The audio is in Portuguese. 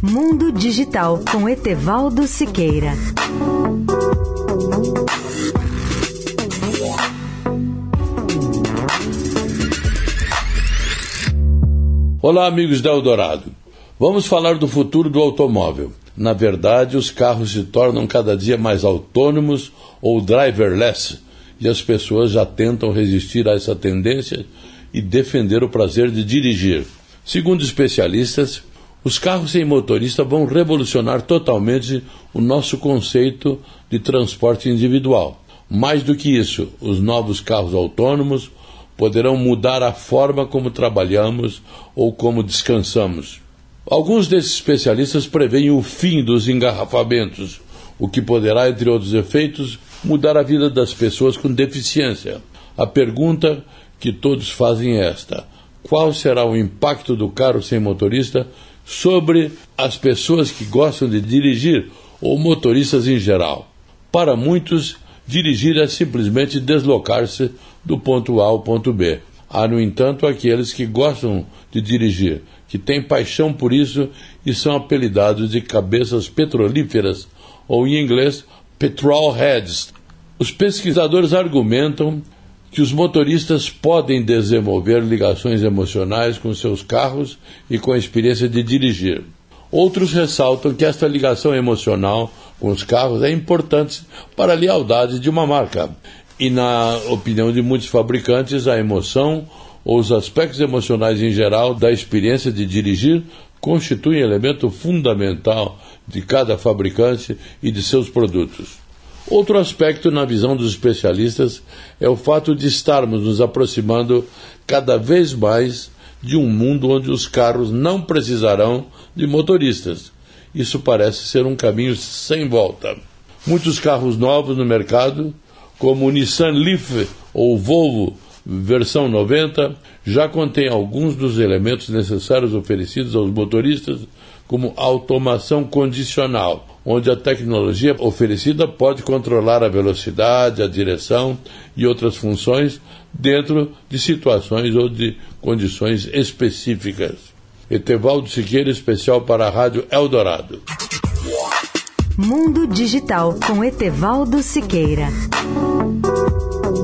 Mundo Digital com Etevaldo Siqueira. Olá, amigos da Eldorado. Vamos falar do futuro do automóvel. Na verdade, os carros se tornam cada dia mais autônomos ou driverless, e as pessoas já tentam resistir a essa tendência e defender o prazer de dirigir. Segundo especialistas, os carros sem motorista vão revolucionar totalmente o nosso conceito de transporte individual. Mais do que isso, os novos carros autônomos poderão mudar a forma como trabalhamos ou como descansamos. Alguns desses especialistas preveem o fim dos engarrafamentos, o que poderá, entre outros efeitos, mudar a vida das pessoas com deficiência. A pergunta que todos fazem é esta: qual será o impacto do carro sem motorista sobre as pessoas que gostam de dirigir ou motoristas em geral? Para muitos, dirigir é simplesmente deslocar-se do ponto A ao ponto B. Há, no entanto, aqueles que gostam de dirigir, que têm paixão por isso e são apelidados de cabeças petrolíferas, ou em inglês, petrolheads. Os pesquisadores argumentam que os motoristas podem desenvolver ligações emocionais com seus carros e com a experiência de dirigir. Outros ressaltam que esta ligação emocional com os carros é importante para a lealdade de uma marca. E, na opinião de muitos fabricantes, a emoção ou os aspectos emocionais em geral da experiência de dirigir constituem elemento fundamental de cada fabricante e de seus produtos. Outro aspecto, na visão dos especialistas, é o fato de estarmos nos aproximando cada vez mais de um mundo onde os carros não precisarão de motoristas. Isso parece ser um caminho sem volta. Muitos carros novos no mercado, como o Nissan Leaf ou o Volvo versão 90, já contém alguns dos elementos necessários oferecidos aos motoristas, como automação condicional, onde a tecnologia oferecida pode controlar a velocidade, a direção e outras funções dentro de situações ou de condições específicas. Etevaldo Siqueira, especial para a Rádio Eldorado. Mundo Digital com Etevaldo Siqueira.